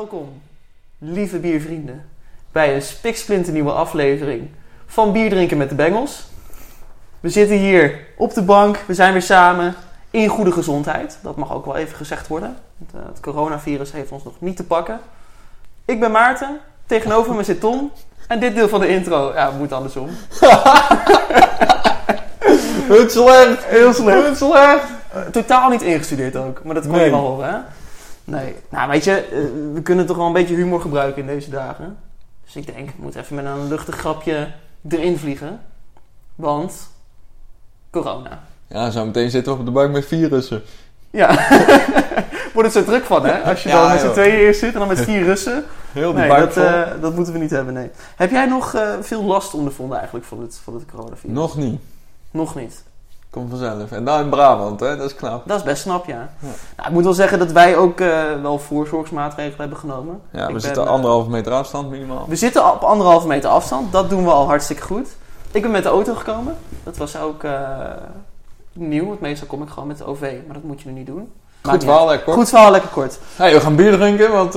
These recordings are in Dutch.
Welkom, lieve biervrienden, bij een spiksplinternieuwe aflevering van Bier drinken met de Bengels. We zitten hier op de bank, we zijn weer samen in goede gezondheid. Dat mag ook wel even gezegd worden. Het coronavirus heeft ons nog niet te pakken. Ik ben Maarten, tegenover me zit Tom. En dit deel van de intro, ja, moet andersom. Het slecht. Heel slecht. Het slecht. Totaal niet ingestudeerd ook, maar dat kon je wel horen, hè? Nee, nou weet je, we kunnen toch wel een beetje humor gebruiken in deze dagen. Dus ik denk, ik moet even met een luchtig grapje erin vliegen. Want, corona. Ja, zo meteen zitten we op de bank met virussen. Ja, wordt het zo druk van, hè? Als je dan met z'n tweeën eerst zit en dan met 4 Russen. Heel die bank vol. Dat moeten we niet hebben, nee. Heb jij nog veel last ondervonden eigenlijk van het coronavirus? Nog niet. Nog niet. Komt vanzelf. En dan in Brabant, hè? Dat is knap. Dat is best knap, ja. Nou, ik moet wel zeggen dat wij ook wel voorzorgsmaatregelen hebben genomen. Ja, we zitten 1,5 meter afstand minimaal. We zitten op 1,5 meter afstand. Dat doen we al hartstikke goed. Ik ben met de auto gekomen. Dat was ook nieuw. Want meestal kom ik gewoon met de OV. Maar dat moet je nu niet doen. Goed verhaal, lekker kort. Goed verhaal, lekker kort. Hey, we gaan bier drinken, want...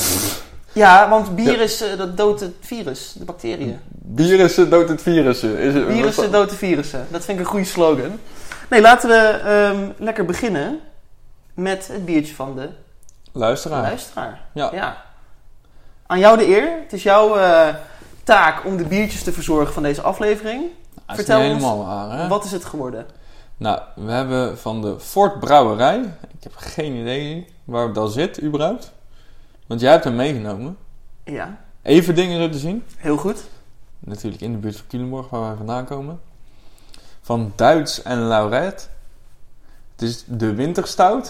Ja, want bier is, dat doodt het virus, de bacteriën. Virussen doodt het virussen. Virussen doodt de virussen. Dat vind ik een goede slogan. Nee, laten we lekker beginnen met het biertje van de luisteraar. Ja. Aan jou de eer. Het is jouw taak om de biertjes te verzorgen van deze aflevering. Vertel ons, waar, hè? Wat is het geworden? Nou, we hebben van de Fort Brouwerij. Ik heb geen idee waar dat zit, überhaupt. Want jij hebt hem meegenomen. Ja. Even dingen zo te zien. Heel goed. Natuurlijk in de buurt van Culemborg, waar wij vandaan komen. Van Duits en Lauret. Het is de winterstout.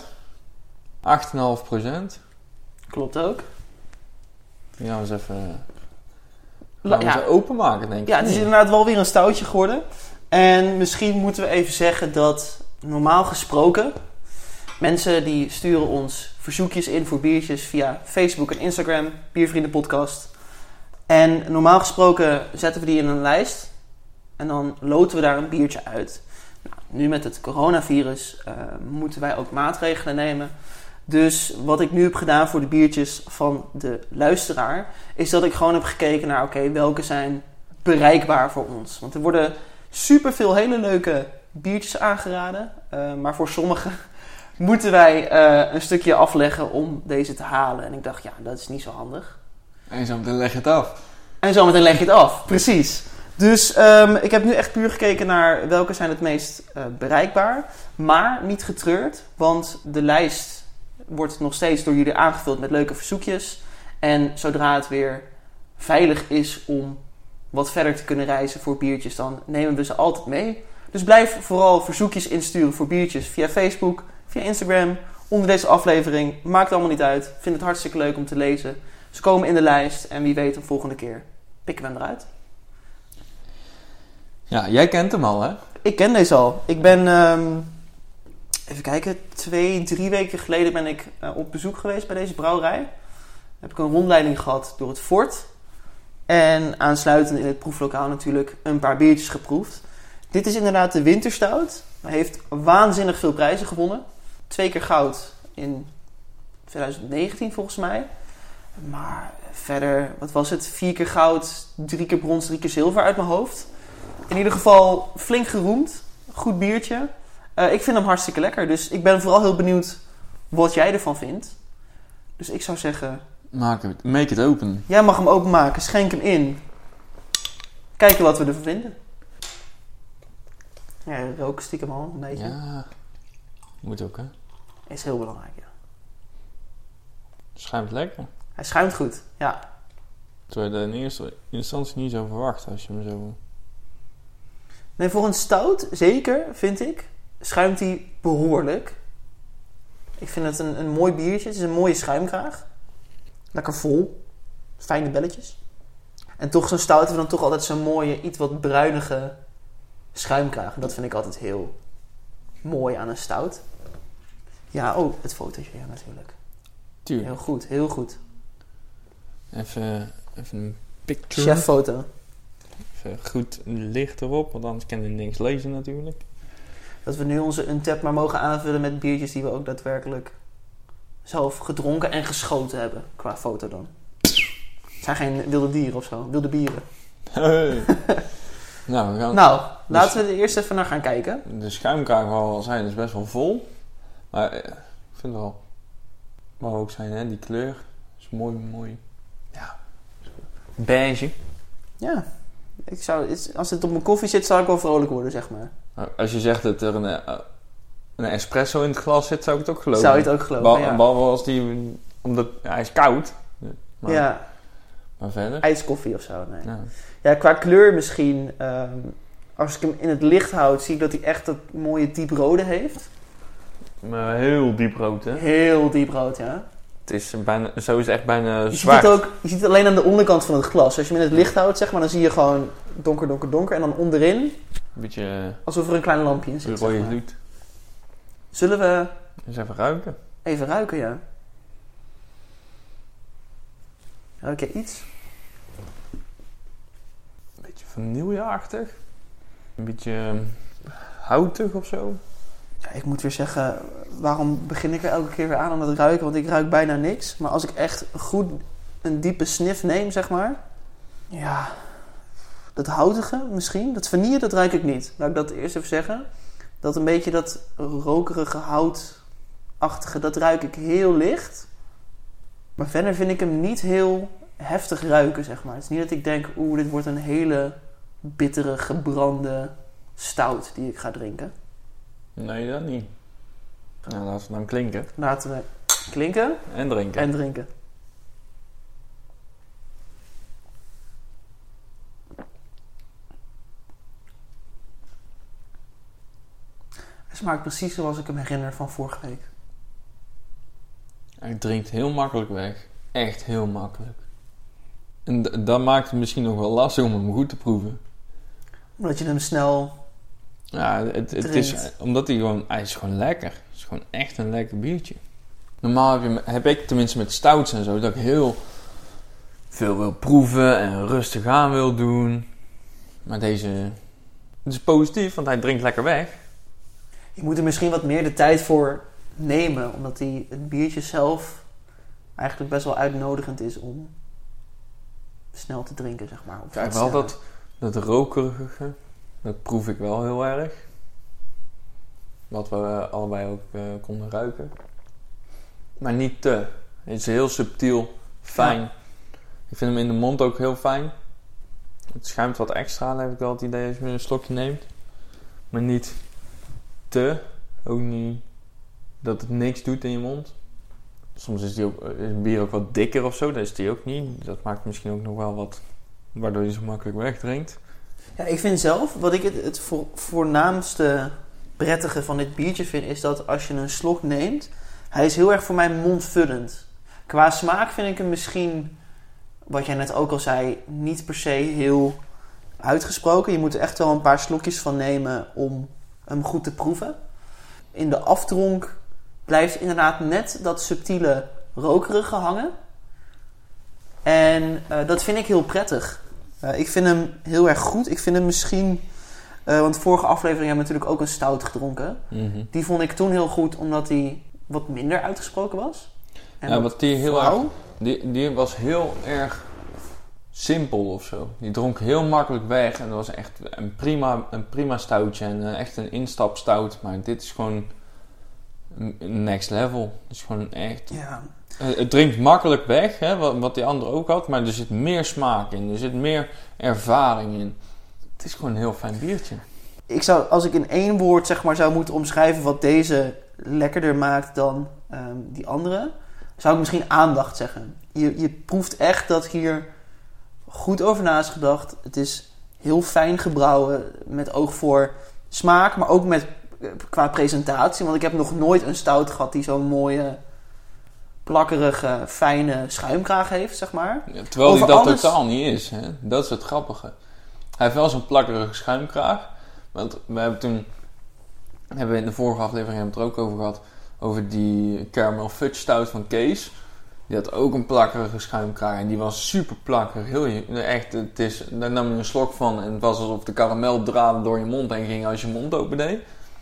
8,5%. Klopt ook. Die gaan we eens even openmaken, denk ik. Ja, het is inderdaad wel weer een stoutje geworden. En misschien moeten we even zeggen dat normaal gesproken... mensen die sturen ons verzoekjes in voor biertjes via Facebook en Instagram. Biervriendenpodcast. En normaal gesproken zetten we die in een lijst. En dan loten we daar een biertje uit. Nou, nu met het coronavirus moeten wij ook maatregelen nemen. Dus wat ik nu heb gedaan voor de biertjes van de luisteraar... is dat ik gewoon heb gekeken naar welke zijn bereikbaar voor ons. Want er worden superveel hele leuke biertjes aangeraden. Maar voor sommige moeten wij een stukje afleggen om deze te halen. En ik dacht, ja, dat is niet zo handig. En zometeen leg je het af. En zometeen leg je het af, precies. Dus ik heb nu echt puur gekeken naar welke zijn het meest bereikbaar. Maar niet getreurd, want de lijst wordt nog steeds door jullie aangevuld met leuke verzoekjes. En zodra het weer veilig is om wat verder te kunnen reizen voor biertjes, dan nemen we ze altijd mee. Dus blijf vooral verzoekjes insturen voor biertjes via Facebook, via Instagram, onder deze aflevering. Maakt allemaal niet uit. Ik vind het hartstikke leuk om te lezen. Ze komen in de lijst en wie weet de volgende keer pikken we hem eruit. Ja, jij kent hem al, hè? Ik ken deze al. Ik ben, even kijken, 2-3 weken geleden ben ik op bezoek geweest bij deze brouwerij. Heb ik een rondleiding gehad door het fort. En aansluitend in het proeflokaal natuurlijk een paar biertjes geproefd. Dit is inderdaad de winterstout. Hij heeft waanzinnig veel prijzen gewonnen. 2 keer goud in 2019 volgens mij. Maar verder, wat was het? 4 keer goud, 3 keer brons, 3 keer zilver uit mijn hoofd. In ieder geval flink geroemd. Goed biertje. Ik vind hem hartstikke lekker. Dus ik ben vooral heel benieuwd wat jij ervan vindt. Dus ik zou zeggen... Make it open. Jij mag hem openmaken. Schenk hem in. Kijken wat we ervan vinden. Ja, roken stiekem al een beetje. Ja, moet ook, hè? Is heel belangrijk, ja. Schuimt lekker. Hij schuimt goed, ja. Terwijl je er in eerste instantie niet zo verwacht als je hem zo... Nee, voor een stout, zeker, vind ik, schuimt hij behoorlijk. Ik vind het een mooi biertje. Het is een mooie schuimkraag. Lekker vol. Fijne belletjes. En toch zo'n stout hebben we dan toch altijd zo'n mooie, iets wat bruinige schuimkraag. En dat vind ik altijd heel mooi aan een stout. Ja, het fotootje, ja, natuurlijk. Tuurlijk. Heel goed, heel goed. Even een picture. Cheffoto. Even goed licht erop, want anders kan je niks lezen natuurlijk. Dat we nu onze Untappd maar mogen aanvullen met biertjes die we ook daadwerkelijk zelf gedronken en geschoten hebben, qua foto dan. Het zijn geen wilde dieren of zo, wilde bieren. Hey. Nou, we gaan... Laten we er eerst even naar gaan kijken. De schuimkraag, waar we al zijn, is best wel vol. Maar ik vind wel... Waar we ook zijn, hè, die kleur is mooi. Ja, beige. Ja, als het op mijn koffie zit, zou ik wel vrolijk worden, zeg maar. Als je zegt dat er een espresso in het glas zit, zou ik het ook geloven. Zou je het ook geloven, ja. Behalve als die... Omdat hij is koud. Maar verder? IJskoffie of zo, nee. Ja, qua kleur misschien... als ik hem in het licht houd, zie ik dat hij echt dat mooie dieprode heeft. Maar heel diep rood, hè? Heel diep rood, ja. Het is bijna, zo is het echt bijna je zwart. Je ziet het alleen aan de onderkant van het glas. Als je hem in het licht houdt, zeg maar, dan zie je gewoon donker. En dan onderin, Een beetje... alsof er een klein lampje in zit. rode gloed. Zullen we... Eens even ruiken. Even ruiken, ja. Ruik je iets? Een beetje vanilleachtig. Een beetje houtig of zo. Ja, ik moet weer zeggen, waarom begin ik er elke keer weer aan het ruiken? Want ik ruik bijna niks. Maar als ik echt goed een diepe sniff neem, zeg maar. Ja, dat houtige misschien. Dat vanille, dat ruik ik niet. Laat ik dat eerst even zeggen. Dat een beetje dat rokerige, houtachtige, dat ruik ik heel licht. Maar verder vind ik hem niet heel heftig ruiken, zeg maar. Het is niet dat ik denk, dit wordt een hele bittere, gebrande stout die ik ga drinken. Nee, dat niet. Nou, laten we dan klinken. Laten we klinken. En drinken. En drinken. Hij smaakt precies zoals ik hem herinner van vorige week. Hij drinkt heel makkelijk weg. Echt heel makkelijk. En dat maakt het misschien nog wel lastig om hem goed te proeven. Omdat je hem snel... Ja, het is... Omdat hij is gewoon lekker. Het is gewoon echt een lekker biertje. Normaal heb ik tenminste met stouts en zo... dat ik heel veel wil proeven en rustig aan wil doen. Maar deze... Het is positief, want hij drinkt lekker weg. Je moet er misschien wat meer de tijd voor nemen. Omdat het biertje zelf eigenlijk best wel uitnodigend is om snel te drinken, zeg maar. Kijk, wel dat rokerige, dat proef ik wel heel erg. Wat we allebei ook konden ruiken. Maar niet te. Het is heel subtiel, fijn. Ja. Ik vind hem in de mond ook heel fijn. Het schuimt wat extra, dan heb ik wel het idee als je een slokje neemt. Maar niet te. Ook niet dat het niks doet in je mond. Soms is een bier ook wat dikker of zo. Dat is die ook niet. Dat maakt misschien ook nog wel wat... Waardoor je zo makkelijk wegdrinkt. Ja, ik vind zelf... Wat ik het voornaamste prettige van dit biertje vind... is dat als je een slok neemt... Hij is heel erg voor mij mondvullend. Qua smaak vind ik hem misschien... Wat jij net ook al zei... Niet per se heel uitgesproken. Je moet er echt wel een paar slokjes van nemen... Om hem goed te proeven. In de afdronk... blijft inderdaad net dat subtiele rokerige hangen. En dat vind ik heel prettig. Ik vind hem heel erg goed. Ik vind hem misschien... want vorige aflevering hebben we natuurlijk ook een stout gedronken. Mm-hmm. Die vond ik toen heel goed, omdat die wat minder uitgesproken was. En ja, wat die heel erg... Die was heel erg simpel of zo. Die dronk heel makkelijk weg. En dat was echt een prima stoutje. En echt een instapstout. Maar dit is gewoon... next level. Het is gewoon echt... Ja. Het drinkt makkelijk weg, hè, wat die andere ook had. Maar er zit meer smaak in. Er zit meer ervaring in. Het is gewoon een heel fijn biertje. Als ik in één woord zeg maar zou moeten omschrijven... wat deze lekkerder maakt dan die andere... zou ik misschien aandacht zeggen. Je proeft echt dat hier goed over na is gedacht. Het is heel fijn gebrouwen. Met oog voor smaak, maar ook qua presentatie. Want ik heb nog nooit een stout gehad die zo'n mooie, plakkerige, fijne schuimkraag heeft, zeg maar. Ja, terwijl hij dat totaal niet is. Hè? Dat is het grappige. Hij heeft wel zo'n plakkerige schuimkraag. Want we hebben in de vorige aflevering het er ook over gehad. Over die Caramel Fudge Stout van Kees. Die had ook een plakkerige schuimkraag. En die was super plakkerig. Daar nam je een slok van. En het was alsof de karameldraden door je mond heen gingen als je mond open deed.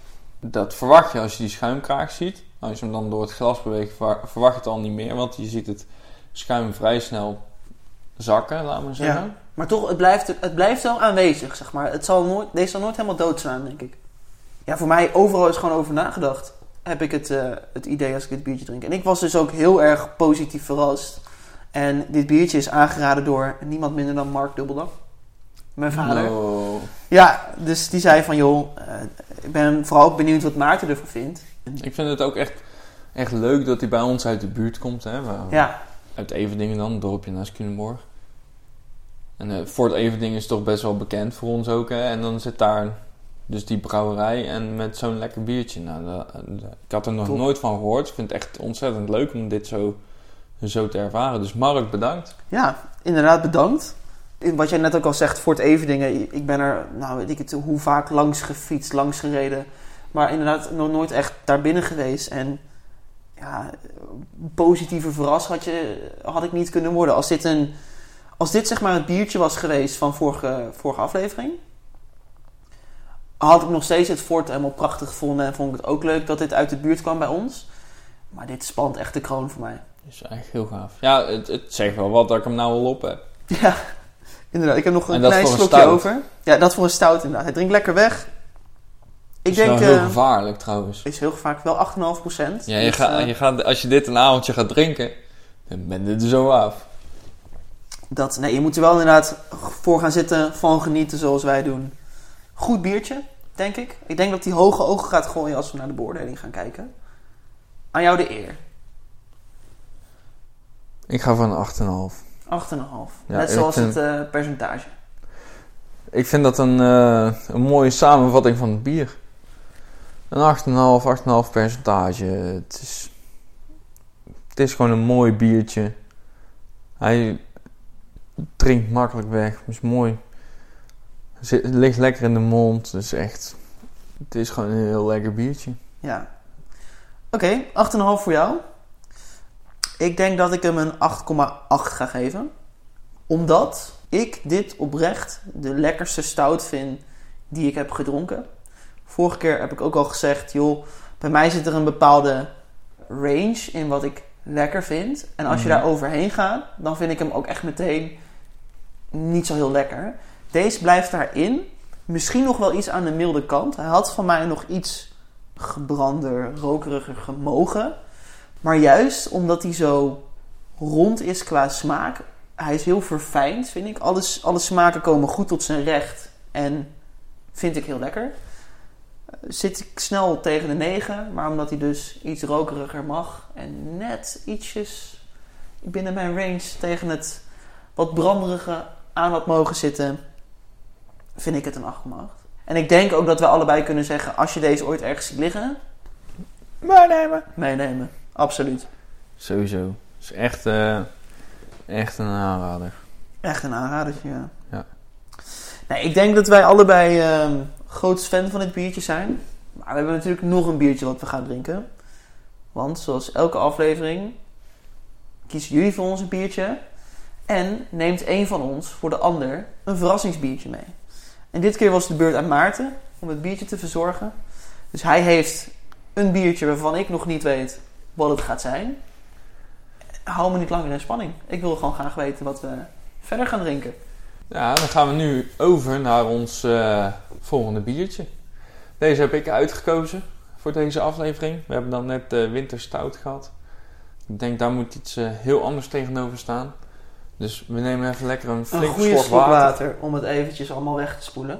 dat verwacht je als je die schuimkraag ziet. Als je hem dan door het glas beweegt, verwacht je het al niet meer. Want je ziet het schuim vrij snel zakken, laten we zeggen. Ja. Maar toch, het blijft wel aanwezig, zeg maar. Deze zal nooit helemaal doodslaan, denk ik. Ja, voor mij, overal is gewoon over nagedacht. Heb ik het idee als ik dit biertje drink. En ik was dus ook heel erg positief verrast. En dit biertje is aangeraden door niemand minder dan Mark Dubbeldam. Mijn vader. Oh. Ja, dus die zei van, joh, ik ben vooral ook benieuwd wat Maarten ervan vindt. Ik vind het ook echt leuk dat hij bij ons uit de buurt komt. Hè? Ja. Uit Everdingen dan, een dorpje naast Culemborg. En Fort Everdingen is toch best wel bekend voor ons ook. Hè? En dan zit daar dus die brouwerij en met zo'n lekker biertje. Nou, ik had er nog nooit van gehoord. Ik vind het echt ontzettend leuk om dit zo te ervaren. Dus Mark, bedankt. Ja, inderdaad bedankt. Wat jij net ook al zegt, Fort Everdingen. Ik ben er, weet ik het, hoe vaak langs gefietst, langs gereden. Maar inderdaad nog nooit echt daar binnen geweest. En ja, positieve verras had ik niet kunnen worden. Als dit zeg maar het biertje was geweest van vorige aflevering, had ik nog steeds het Fort helemaal prachtig gevonden. En vond ik het ook leuk dat dit uit de buurt kwam bij ons. Maar dit spant echt de kroon voor mij. Dat is eigenlijk heel gaaf. Ja, het zegt wel wat dat ik hem nou al op heb. Ja, inderdaad. Ik heb nog een klein slokje over. Ja, dat voor een stout inderdaad. Hij drinkt lekker weg. Ik denk, wel heel gevaarlijk trouwens. Is heel gevaarlijk. Wel 8,5%. Ja, je gaat, als je dit een avondje gaat drinken, dan ben je er zo af. Je moet er wel inderdaad voor gaan zitten, van genieten zoals wij doen. Goed biertje, denk ik. Ik denk dat hij hoge ogen gaat gooien als we naar de beoordeling gaan kijken. Aan jou de eer. Ik ga van 8,5. 8,5. Ja, net zoals het percentage. Ik vind dat een mooie samenvatting van het bier. Een 8,5 percentage. Het is gewoon een mooi biertje. Hij drinkt makkelijk weg. Is mooi. Het ligt lekker in de mond. Dus echt, het is gewoon een heel lekker biertje. Ja. Oké, 8,5 voor jou. Ik denk dat ik hem een 8,8 ga geven. Omdat ik dit oprecht de lekkerste stout vind die ik heb gedronken. Vorige keer heb ik ook al gezegd, joh, bij mij zit er een bepaalde range in wat ik lekker vind. En als je daar overheen gaat, dan vind ik hem ook echt meteen niet zo heel lekker. Deze blijft daarin. Misschien nog wel iets aan de milde kant. Hij had van mij nog iets gebrander, rokeriger gemogen. Maar juist omdat hij zo rond is qua smaak. Hij is heel verfijnd, vind ik. Alle smaken komen goed tot zijn recht. En vind ik heel lekker. Zit ik snel tegen de 9. Maar omdat hij dus iets rokeriger mag. En net ietsjes binnen mijn range tegen het wat branderige aan had mogen zitten. Vind ik het een 8,8. En ik denk ook dat we allebei kunnen zeggen, als je deze ooit ergens ziet liggen, meenemen. Absoluut. Sowieso. Het is echt een aanrader. Echt een aanradertje, ja. Ja. Nee, ik denk dat wij allebei grootste fan van dit biertje zijn. Maar we hebben natuurlijk nog een biertje wat we gaan drinken. Want zoals elke aflevering kiezen jullie voor ons een biertje. En neemt één van ons voor de ander een verrassingsbiertje mee. En dit keer was het de beurt aan Maarten om het biertje te verzorgen. Dus hij heeft een biertje waarvan ik nog niet weet wat het gaat zijn. Hou me niet langer in spanning. Ik wil gewoon graag weten wat we verder gaan drinken. Ja, dan gaan we nu over naar ons volgende biertje. Deze heb ik uitgekozen voor deze aflevering. We hebben dan net winterstout gehad. Ik denk daar moet iets heel anders tegenover staan. Dus we nemen even lekker een flinke slok water om het eventjes allemaal weg te spoelen.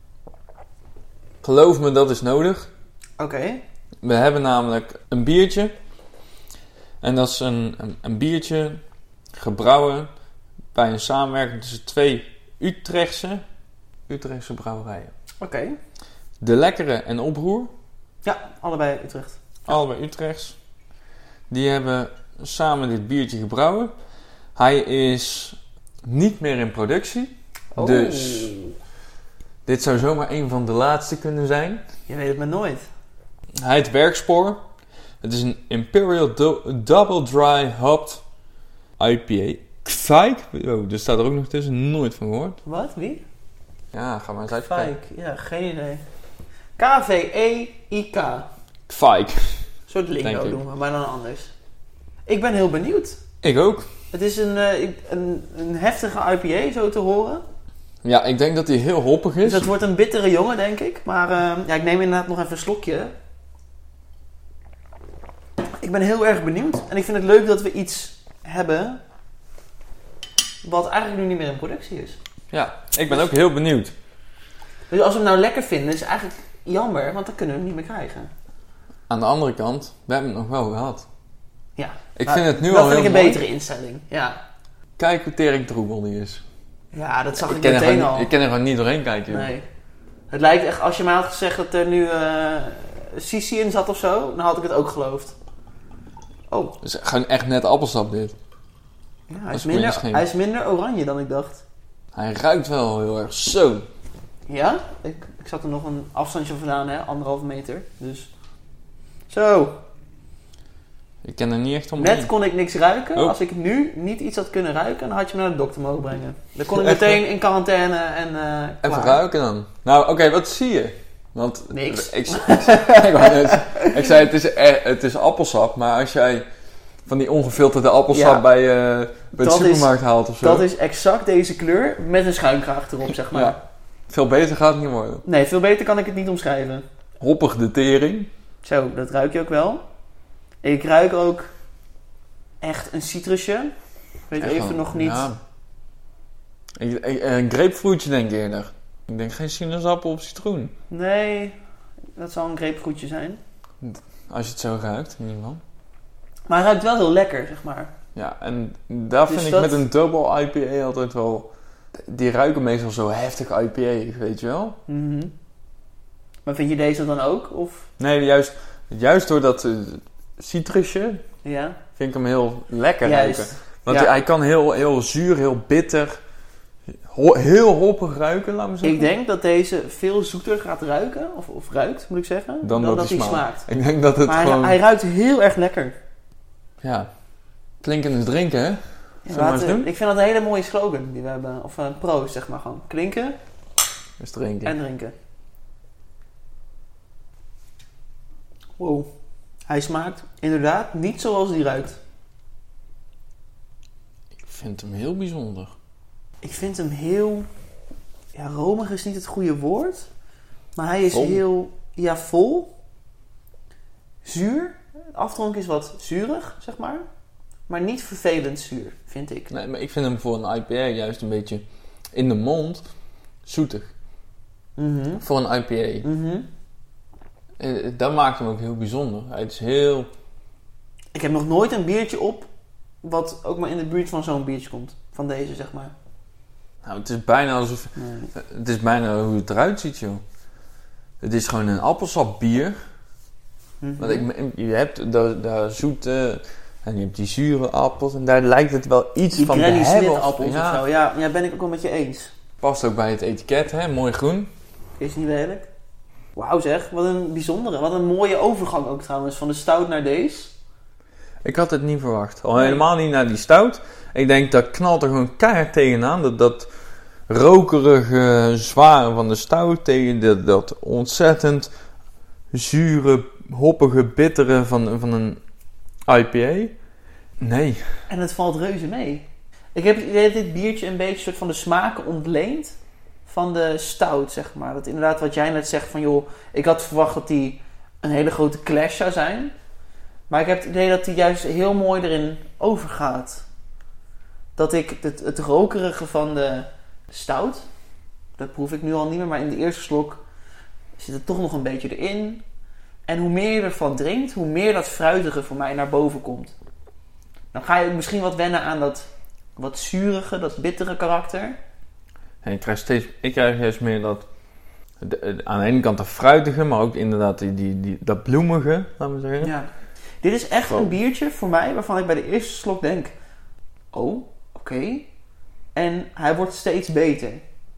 Geloof me, dat is nodig. Oké. We hebben namelijk een biertje. En dat is een biertje gebrouwen bij een samenwerking tussen 2 Utrechtse brouwerijen. Oké. De Lekkere en Oproer. Ja, allebei Utrecht. Allebei Utrechts. Die hebben samen dit biertje gebrouwen. Hij is niet meer in productie. Oh. Dus dit zou zomaar een van de laatste kunnen zijn. Je weet het maar nooit. Hij heet Werkspoor. Het is een Imperial Double Dry Hopped IPA. Kveik? Oh, er staat er ook nog tussen. Nooit van gehoord. Wat? Wie? Ja, ga maar eens uitkijken. Kveik. Ja, geen idee. K-V-E-I-K. Fike. Een soort lingo doen we, maar dan anders. Ik ben heel benieuwd. Ik ook. Het is een heftige IPA, zo te horen. Ja, ik denk dat hij heel hoppig is. Dus het wordt een bittere jongen, denk ik. Maar ik neem inderdaad nog even een slokje. Ik ben heel erg benieuwd. En ik vind het leuk dat we iets hebben wat eigenlijk nu niet meer in productie is. Ja, ik ben ook heel benieuwd. Dus als we hem nou lekker vinden, is het eigenlijk jammer, want dan kunnen we hem niet meer krijgen. Aan de andere kant, we hebben het nog wel gehad. Ja. Ik vind het nu al dat heel vind ik een mooi. betere instelling, ja. Kijk hoe tering troebel die is. Ja, dat zag ik meteen al. Ik kan er gewoon niet doorheen kijken. Joh. Nee. Het lijkt echt, als je mij had gezegd dat er nu Sissi in zat of zo, dan had ik het ook geloofd. Oh. Het is gewoon echt net appelsap dit. Ja, hij is minder oranje dan ik dacht. Hij ruikt wel heel erg zo. Ja? Ik zat er nog een afstandje vandaan, hè? 1,5 meter. Dus. Zo. Ik ken er niet echt om. Net kon ik niks ruiken. Oh. Als ik nu niet iets had kunnen ruiken, dan had je me naar de dokter mogen brengen. Dan kon ik meteen in quarantaine en even ruiken dan. Nou, oké, wat zie je? Want niks. Ik zei, het is appelsap, maar als jij van die ongefilterde appelsap bij de supermarkt haalt of zo. Dat is exact deze kleur met een schuimkraag erop, zeg maar. Ja. Veel beter gaat het niet worden. Nee, veel beter kan ik het niet omschrijven. Hoppig de tering. Zo, dat ruik je ook wel. Ik ruik ook echt een citrusje. Ik weet echt even nog niet. Ja. Een grapefruitje denk ik eerder. Ik denk geen sinaasappel of citroen. Nee, dat zal een grapefruitje zijn. Als je het zo ruikt, in ieder geval. Maar hij ruikt wel heel lekker, zeg maar. Ja, en daar vind ik met een double IPA altijd wel... Die ruiken meestal zo heftig IPA, weet je wel? Mm-hmm. Maar vind je deze dan ook? Of? Nee, juist door dat citrusje vind ik hem heel lekker ruiken. Want hij kan heel zuur, heel bitter, heel hoppig ruiken, laat me zeggen. Ik denk dat deze veel zoeter gaat ruiken, of ruikt, moet ik zeggen, dan dat hij smaakt. Ik denk dat het maar hij ruikt heel erg lekker. Ja, klinken is drinken, hè? Ik vind dat een hele mooie slogan die we hebben. Of een proost, zeg maar gewoon. Klinken is drinken. En drinken. Wow. Hij smaakt inderdaad niet zoals die ruikt. Ik vind hem heel bijzonder. Ik vind hem heel... Ja, romig is niet het goede woord. Maar hij is heel... Ja, vol. Zuur. De aftronk is wat zuurig, zeg maar. Maar niet vervelend zuur, vind ik. Nee, maar ik vind hem voor een IPA juist een beetje in de mond zoetig. Mm-hmm. Voor een IPA. Mm-hmm. Dat maakt hem ook heel bijzonder. Het is heel... Ik heb nog nooit een biertje op wat ook maar in de buurt van zo'n biertje komt. Van deze, zeg maar. Nou, het is bijna alsof... Nee. Het is bijna hoe het eruit ziet, joh. Het is gewoon een appelsap bier. Mm-hmm. Want je hebt daar zoete... En je hebt die zure appels. En daar lijkt het wel iets die van te hebben. Die Granny Smith appels of zo. Ja, ben ik ook wel met je eens. Past ook bij het etiket, hè. Mooi groen. Is niet lelijk. Wauw zeg, wat een bijzondere. Wat een mooie overgang ook trouwens. Van de stout naar deze. Ik had het niet verwacht. Al helemaal niet naar die stout. Ik denk, dat knalt er gewoon keihard tegenaan. Dat rokerige, zware van de stout. Tegen dat ontzettend zure, hoppige, bittere van een IPA. Nee. En het valt reuze mee. Ik heb het idee dat dit biertje een beetje soort van de smaken ontleent van de stout, zeg maar. Dat inderdaad wat jij net zegt van, joh, ik had verwacht dat die een hele grote clash zou zijn. Maar ik heb het idee dat die juist heel mooi erin overgaat. Dat ik het rokerige van de stout, dat proef ik nu al niet meer, maar in de eerste slok zit het toch nog een beetje erin. En hoe meer je ervan drinkt, hoe meer dat fruitige voor mij naar boven komt. Dan ga je misschien wat wennen aan dat wat zurige, dat bittere karakter. En ik krijg juist meer dat... aan de ene kant dat fruitige, maar ook inderdaad dat bloemige, laten we zeggen. Ja. Dit is echt een biertje voor mij waarvan ik bij de eerste slok denk... Oh, oké. En hij wordt steeds beter.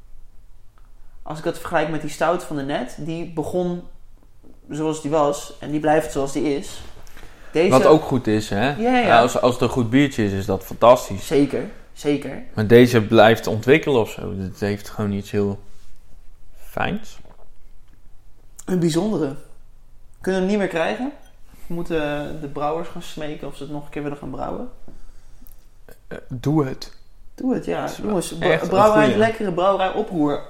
Als ik het vergelijk met die stout van de net, die begon zoals die was en die blijft zoals die is. Deze... Wat ook goed is, hè? Ja. Als het een goed biertje is dat fantastisch. Zeker. Maar deze blijft ontwikkelen of zo. Het heeft gewoon iets heel fijns. Een bijzondere. Kunnen we hem niet meer krijgen? We moeten de brouwers gaan smeken of ze het nog een keer willen gaan brouwen. Doe het. Doe het, ja. Jongens, echt brouwerij, lekkere brouwerij Oproer.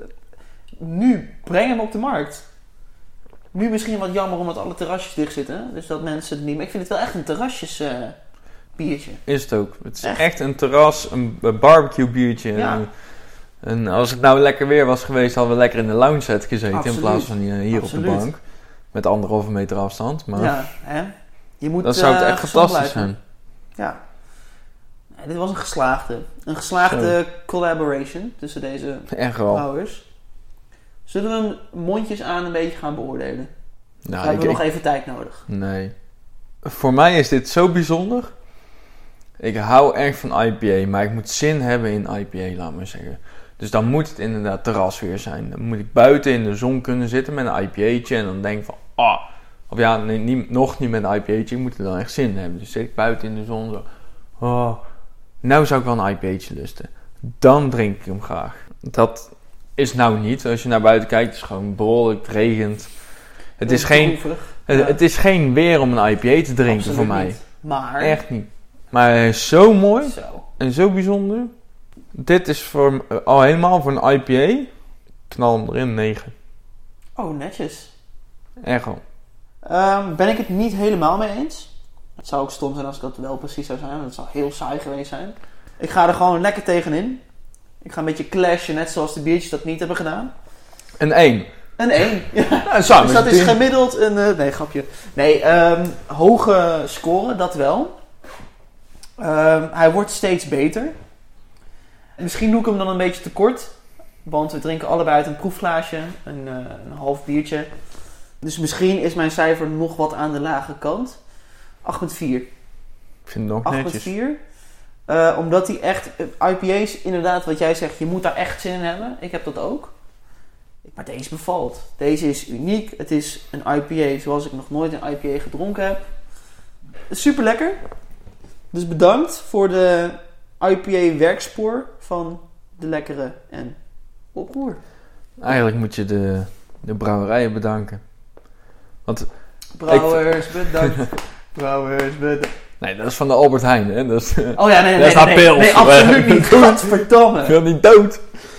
Nu, breng hem op de markt. Nu misschien wat jammer omdat alle terrasjes dicht zitten. Dus dat mensen het niet meer... Ik vind het wel echt een terrasjes biertje. Is het ook. Het is echt een terras, een barbecue biertje. Ja. En als het nou lekker weer was geweest, hadden we lekker in de lounge set gezeten. Absoluut. In plaats van hier Absoluut. op de bank. Met 1,5 meter afstand. Maar Ja, hè? Je moet, dan zou het echt gezond fantastisch blijven. zijn. Ja. Nee, dit was een geslaagde. Een geslaagde collaboration tussen deze Echt wel. brouwers. Zullen we hem mondjes aan een beetje gaan beoordelen? Nou, We hebben nog even tijd nodig. Nee. Voor mij is dit zo bijzonder. Ik hou echt van IPA, maar ik moet zin hebben in IPA, laat maar zeggen. Dus dan moet het inderdaad terrasweer zijn. Dan moet ik buiten in de zon kunnen zitten met een IPA'tje en dan denk ik van, of ja, nee, nog niet met een IPA'tje, ik moet er dan echt zin in hebben. Dus zit ik buiten in de zon zo, nou zou ik wel een IPA'tje lusten. Dan drink ik hem graag. Dat is nou niet. Als je naar buiten kijkt, het is gewoon behoorlijk, het regent. Het is geen weer om een IPA te drinken. Absoluut voor mij. niet. Maar... Echt niet. Maar hij is zo mooi Zo. en zo bijzonder. Dit is voor al helemaal voor een IPA. Knal hem erin, 9. Oh, netjes. Echt wel. Ben ik het niet helemaal mee eens. Het zou ook stom zijn als ik dat wel precies zou zijn. Want het zou heel saai geweest zijn. Ik ga er gewoon lekker tegenin. Ik ga een beetje clashen, net zoals de biertjes dat niet hebben gedaan. Een 1. Een 1. Ja. Nou, Dus dat is gemiddeld een... nee, grapje. Nee, hoge score, dat wel. Hij wordt steeds beter. Misschien doe ik hem dan een beetje te kort. Want we drinken allebei uit een proefglaasje. Een half biertje. Dus misschien is mijn cijfer nog wat aan de lage kant. 8,4. Ik vind het nog netjes. 8,4. Omdat hij echt... IPA's, inderdaad, wat jij zegt, je moet daar echt zin in hebben. Ik heb dat ook. Maar deze bevalt. Deze is uniek. Het is een IPA zoals ik nog nooit een IPA gedronken heb. Super lekker. Dus bedankt voor de IPA werkspoor van de Lekkere en Oproer. Eigenlijk moet je de brouwerijen bedanken. Want Brouwers, bedankt. Brouwers, bedankt. nee, dat is van de Albert Heijn, hè? Dat is, Oh ja, nee, daar staat pils. nee, absoluut niet. Godverdomme. Ik wil niet dood.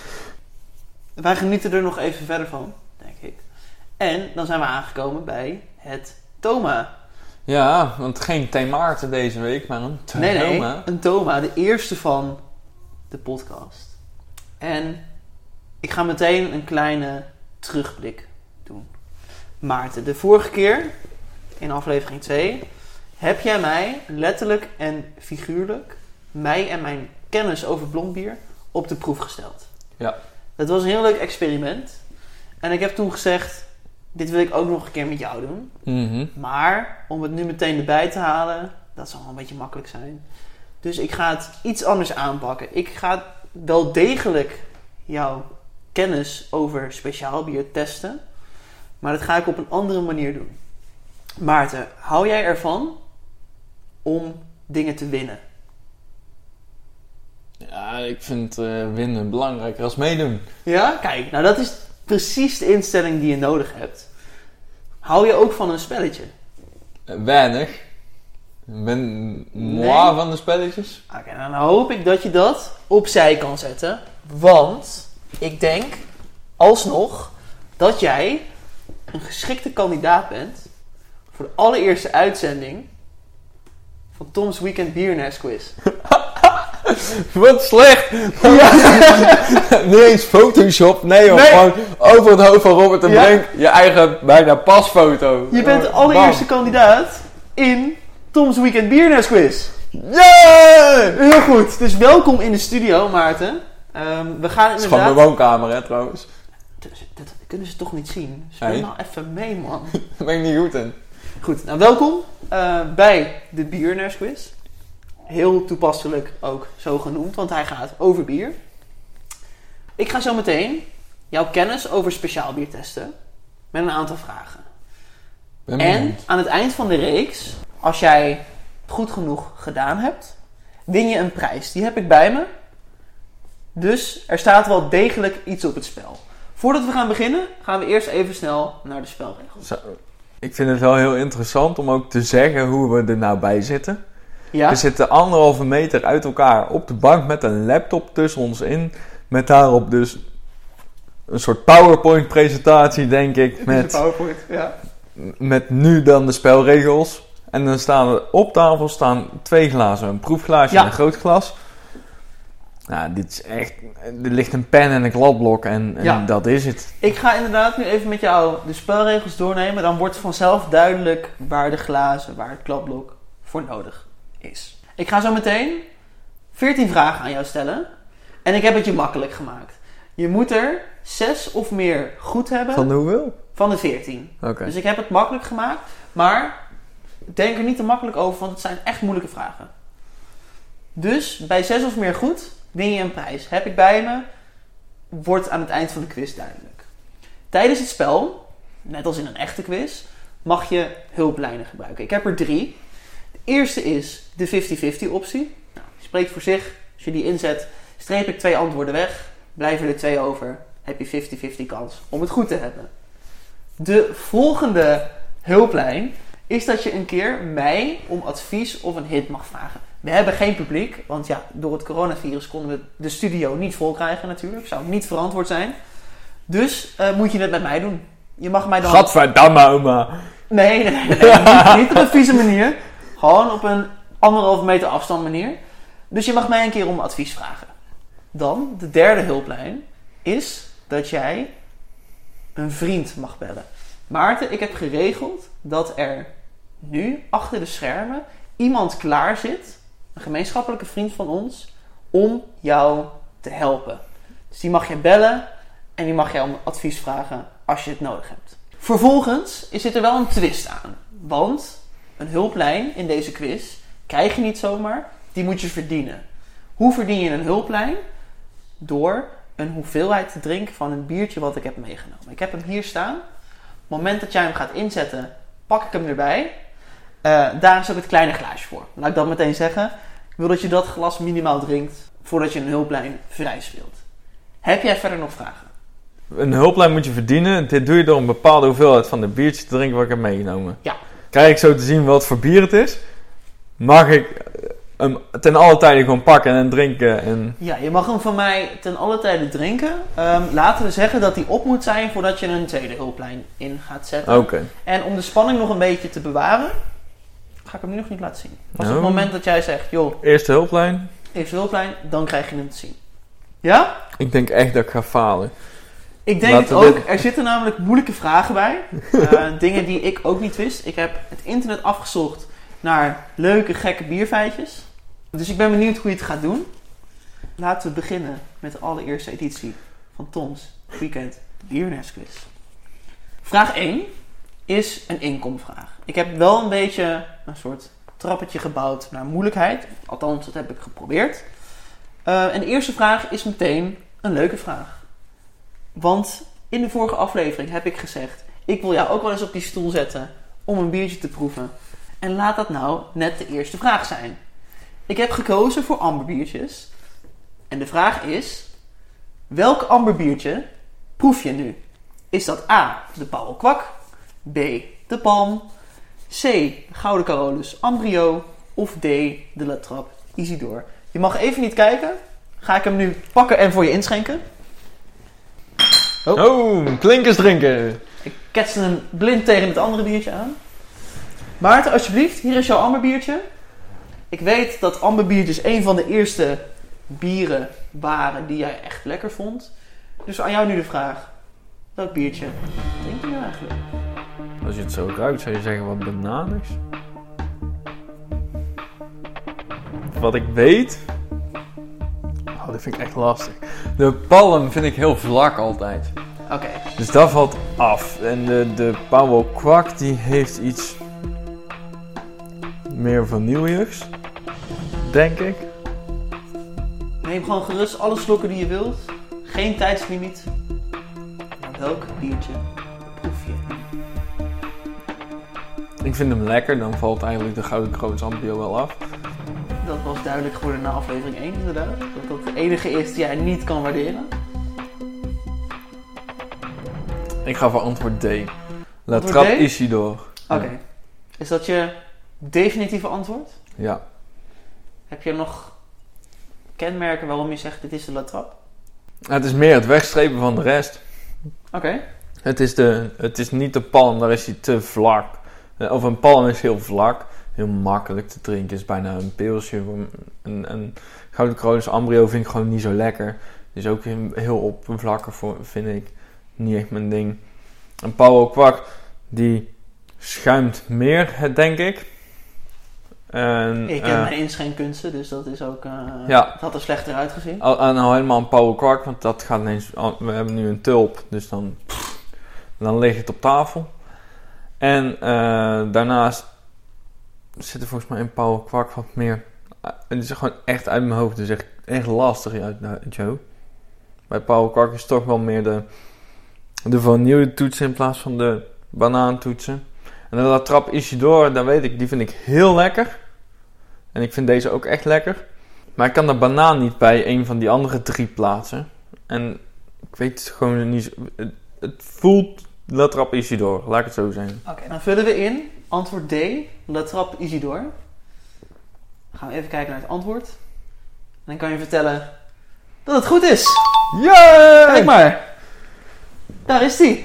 Wij genieten er nog even verder van, denk ik. En dan zijn we aangekomen bij het Toma. Ja, want geen T. Maarten deze week, maar een Toma. Nee, een Toma. De eerste van de podcast. En ik ga meteen een kleine terugblik doen. Maarten, de vorige keer, in aflevering 2, heb jij mij letterlijk en figuurlijk, mij en mijn kennis over blond bier, op de proef gesteld. Ja. Dat was een heel leuk experiment. En ik heb toen gezegd, dit wil ik ook nog een keer met jou doen. Mhm. Maar om het nu meteen erbij te halen, dat zal wel een beetje makkelijk zijn. Dus ik ga het iets anders aanpakken. Ik ga wel degelijk jouw kennis over speciaal bier testen. Maar dat ga ik op een andere manier doen. Maarten, hou jij ervan om dingen te winnen? Ja, ik vind winnen belangrijker als meedoen. Ja? Kijk, nou dat is precies de instelling die je nodig hebt. Hou je ook van een spelletje? Weinig. Ik ben moi Nee. van de spelletjes. Oké, dan hoop ik dat je dat opzij kan zetten. Want ik denk alsnog dat jij een geschikte kandidaat bent voor de allereerste uitzending van Tom's Weekend Biernest Quiz. Wat slecht! Niet eens Photoshop, nee hoor. Nee. Gewoon over het hoofd van Robert en Ja. Brenk. Je eigen bijna pasfoto. Je bent de allereerste kandidaat in Tom's Weekend Biernest Quiz. Yeah! Heel goed. Dus welkom in de studio, Maarten. We gaan Het is gewoon inderdaad... mijn woonkamer, hè, trouwens. Dat kunnen ze toch niet zien? Speel Nee. nou even mee, man. Daar ben ik niet goed in. Goed, nou welkom bij de Biernest Quiz. Heel toepasselijk ook zo genoemd, want hij gaat over bier. Ik ga zo meteen jouw kennis over speciaal bier testen met een aantal vragen. Ben En benieuwd. aan het eind van de reeks, als jij het goed genoeg gedaan hebt, win je een prijs. Die heb ik bij me. Dus er staat wel degelijk iets op het spel. Voordat we gaan beginnen, gaan we eerst even snel naar de spelregels. Zo. Ik vind het wel heel interessant om ook te zeggen hoe we er nou bij zitten. Ja? We zitten 1,5 meter uit elkaar op de bank met een laptop tussen ons in. Met daarop dus een soort PowerPoint-presentatie, denk ik. Het is een PowerPoint, ja. Met nu dan de spelregels. En dan staan er op tafel 2 glazen. Een proefglaasje en een groot glas. Nou, dit is echt... Er ligt een pen en een kladblok en dat is het. Ik ga inderdaad nu even met jou de spelregels doornemen. Dan wordt vanzelf duidelijk waar de glazen, waar het kladblok voor nodig is. Ik ga zo meteen 14 vragen aan jou stellen. En ik heb het je makkelijk gemaakt. Je moet er 6 of meer goed hebben. Van de hoeveel? Van de 14. Okay. Dus ik heb het makkelijk gemaakt. Maar denk er niet te makkelijk over, want het zijn echt moeilijke vragen. Dus bij 6 of meer goed win je een prijs. Heb ik bij me, wordt aan het eind van de quiz duidelijk. Tijdens het spel, net als in een echte quiz, mag je hulplijnen gebruiken. Ik heb er 3. De eerste is de 50-50 optie. Nou, die spreekt voor zich. Als je die inzet, streep ik 2 antwoorden weg. Blijven er 2 over. Heb je 50-50 kans om het goed te hebben. De volgende hulplijn is dat je een keer mij om advies of een hit mag vragen. We hebben geen publiek, want ja, door het coronavirus konden we de studio niet vol krijgen natuurlijk. Zou niet verantwoord zijn. Dus moet je het met mij doen. Je mag mij dan... Gadverdamme, oma. Nee, niet op een vieze manier. Gewoon op een 1,5 meter afstand manier. Dus je mag mij een keer om advies vragen. Dan, de derde hulplijn, is dat jij een vriend mag bellen. Maarten, ik heb geregeld dat er nu achter de schermen iemand klaar zit, een gemeenschappelijke vriend van ons, om jou te helpen. Dus die mag je bellen en die mag jij om advies vragen als je het nodig hebt. Vervolgens zit er wel een twist aan. Want een hulplijn in deze quiz krijg je niet zomaar, die moet je verdienen. Hoe verdien je een hulplijn? Door een hoeveelheid te drinken van een biertje wat ik heb meegenomen. Ik heb hem hier staan. Op het moment dat jij hem gaat inzetten, pak ik hem erbij. Daar is ook het kleine glaasje voor. Laat ik dat meteen zeggen. Ik wil dat je dat glas minimaal drinkt voordat je een hulplijn vrij speelt. Heb jij verder nog vragen? Een hulplijn moet je verdienen. Dit doe je door een bepaalde hoeveelheid van de biertje te drinken wat ik heb meegenomen. Ja. Krijg ik zo te zien wat voor bier het is? Mag ik hem ten alle tijde gewoon pakken en drinken? En... Ja, je mag hem van mij ten alle tijde drinken. Laten we zeggen dat die op moet zijn voordat je een tweede hulplijn in gaat zetten. Okay. En om de spanning nog een beetje te bewaren, ga ik hem nu nog niet laten zien. Als op het moment dat jij zegt, joh... Eerste hulplijn, dan krijg je hem te zien. Ja? Ik denk echt dat ik ga falen. Ik denk het ook. Er zitten namelijk moeilijke vragen bij. Dingen die ik ook niet wist. Ik heb het internet afgezocht naar leuke, gekke bierfeitjes. Dus ik ben benieuwd hoe je het gaat doen. Laten we beginnen met de allereerste editie van Tom's Weekend Biernersquiz. Vraag 1 is een inkomvraag. Ik heb wel een beetje een soort trappetje gebouwd naar moeilijkheid. Althans, dat heb ik geprobeerd. En de eerste vraag is meteen een leuke vraag. Want in de vorige aflevering heb ik gezegd, ik wil jou ook wel eens op die stoel zetten om een biertje te proeven. En laat dat nou net de eerste vraag zijn. Ik heb gekozen voor amberbiertjes. En de vraag is, welk amberbiertje proef je nu? Is dat A, de Paul Kwak, B, de Palm, C, de Gouden Carolus Ambrio of D, de La Trappe Isidore? Je mag even niet kijken. Ga ik hem nu pakken en voor je inschenken? Klinkers drinken. Ik ketste hem blind tegen het andere biertje aan. Maarten, alsjeblieft, hier is jouw amberbiertje. Ik weet dat amberbiertjes een van de eerste bieren waren die jij echt lekker vond. Dus aan jou nu de vraag. Welk biertje drink je nou eigenlijk? Als je het zo ruikt, zou je zeggen wat bananigs. Wat ik weet... Oh, dat vind ik echt lastig. De palm vind ik heel vlak altijd. Oké. Dus dat valt af. En de Paul Kwak die heeft iets meer vanillejigs, denk ik. Neem gewoon gerust alle slokken die je wilt. Geen tijdslimiet. Maar welk biertje proef je? Ik vind hem lekker, dan valt eigenlijk de Gouden Carolus Ambrio wel af. Dat was duidelijk geworden na aflevering 1 inderdaad. Dat dat de enige is die jij niet kan waarderen. Ik ga voor antwoord D. La Antwoord Trappe D? Isidore. Oké. Is dat je definitieve antwoord? Ja. Heb je nog kenmerken waarom je zegt dit is de La Trappe? Het is meer het wegstrepen van de rest. Oké. Het is niet de palm, daar is hij te vlak. Of een palm is heel vlak. Heel makkelijk te drinken. Is bijna een pilsje. Een Gouden Cronus Ambrio vind ik gewoon niet zo lekker. Is ook heel oppervlakkig, vind ik. Niet echt mijn ding. Een Pauw Kwak, die schuimt meer, denk ik. En, Ik ken mijn inschenkunsten, dus dat is ook... Ja. Het had er slechter uitgezien. En nou helemaal een Pauw Kwak, want dat gaat ineens... We hebben nu een tulp, dus dan ligt het op tafel. En daarnaast zit er volgens mij in Pauw Kwak wat meer... Het is gewoon echt uit mijn hoofd, dus echt lastig uit Joe. Bij Pauw Kwak is toch wel meer de vanille toetsen in plaats van de banaantoetsen. En de La Trappe Isidore, daar weet ik, die vind ik heel lekker. En ik vind deze ook echt lekker. Maar ik kan de banaan niet bij een van die andere 3 plaatsen. En ik weet het gewoon niet. Het voelt La Trappe Isidore, laat ik het zo zeggen. Oké, dan vullen we in. Antwoord D, La Trappe Isidore. Dan gaan we even kijken naar het antwoord. En dan kan je vertellen dat het goed is. Yay! Kijk maar. Daar is die.